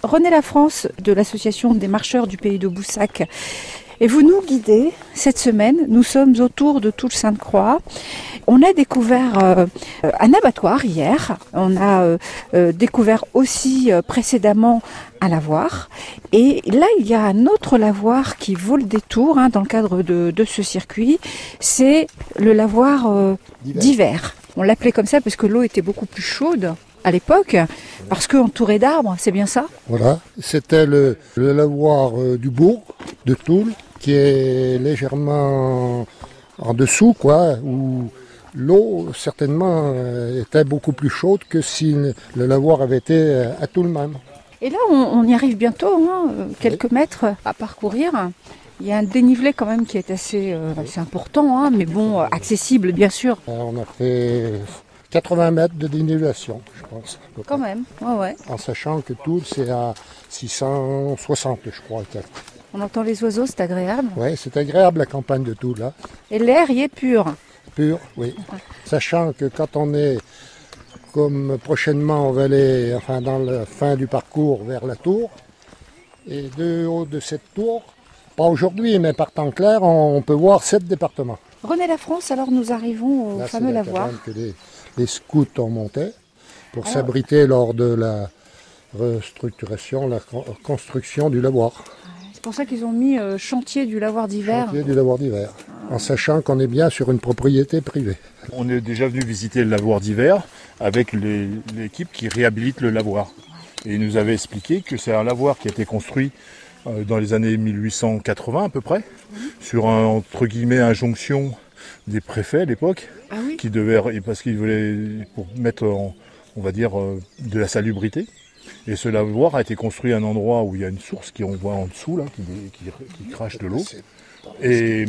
René Lafrance de l'association des marcheurs du pays de Boussac. Et vous nous guidez cette semaine. Nous sommes autour de Toul-Sainte-Croix. On a découvert un abattoir hier. On a découvert aussi précédemment un lavoir. Et là, il y a un autre lavoir qui vaut le détour dans le cadre de ce circuit. C'est le lavoir d'hiver. On l'appelait comme ça parce que l'eau était beaucoup plus chaude à l'époque, parce qu'entouré d'arbres, c'est bien ça? Voilà, c'était le lavoir du bourg de Toul, qui est légèrement en dessous, où l'eau certainement était beaucoup plus chaude que si le lavoir avait été à Toul même. Et là, on y arrive bientôt, quelques mètres à parcourir. Il y a un dénivelé quand même qui est assez important, mais bon, accessible bien sûr. On a fait 80 mètres de dénivellation, je pense. Quand même, ouais. En sachant que Toul, c'est à 660, je crois. On entend les oiseaux, c'est agréable. Oui, c'est agréable la campagne de Toul, là. Et l'air y est pur. Pur, oui. Sachant que quand on est, comme prochainement, on va aller dans la fin du parcours vers la tour, et de haut de cette tour, pas aujourd'hui, mais par temps clair, on peut voir 7 départements. René Lafrance, alors nous arrivons au fameux lavoir. Que les scouts ont monté pour s'abriter lors de la restructuration, la construction du lavoir. C'est pour ça qu'ils ont mis chantier du lavoir d'hiver. Chantier du lavoir d'hiver, en sachant qu'on est bien sur une propriété privée. On est déjà venu visiter le lavoir d'hiver avec l'équipe qui réhabilite le lavoir. Et ils nous avaient expliqué que c'est un lavoir qui a été construit dans les années 1880 à peu près, sur entre guillemets injonction des préfets à l'époque, qui devaient, parce qu'ils voulaient pour mettre on va dire de la salubrité. Et ce lavoir a été construit à un endroit où il y a une source qu'on voit en dessous là, qui crache de l'eau. Et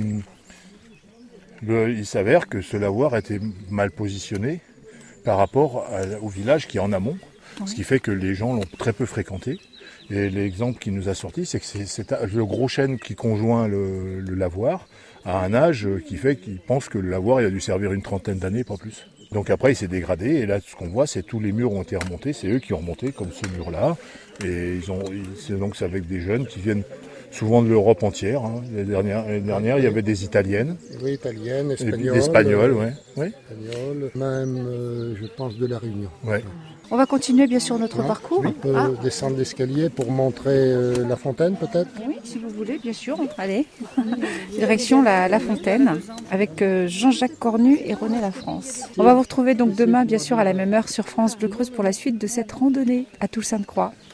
il s'avère que ce lavoir a été mal positionné par rapport au village qui est en amont, ce qui fait que les gens l'ont très peu fréquenté. Et l'exemple qu'il nous a sorti, c'est que c'est le gros chêne qui conjoint le lavoir à un âge qui fait qu'il pense que le lavoir il a dû servir une trentaine d'années, pas plus. Donc après il s'est dégradé et là ce qu'on voit c'est tous les murs ont été remontés, c'est eux qui ont remonté comme ce mur-là. Et c'est avec des jeunes qui viennent souvent de l'Europe entière. L'année dernière il y avait des Italiennes. Oui, Italiennes, Espagnoles. Espagnoles, oui. Espagnoles, même je pense de la Réunion. Ouais. On va continuer bien sûr notre parcours. On peut descendre l'escalier pour montrer la fontaine peut-être. Oui, si vous voulez, bien sûr. Allez, direction la fontaine avec Jean-Jacques Cornu et René Lafrance. On va vous retrouver donc demain bien sûr à la même heure sur France Bleu Creuse pour la suite de cette randonnée à Toul-Sainte-Croix.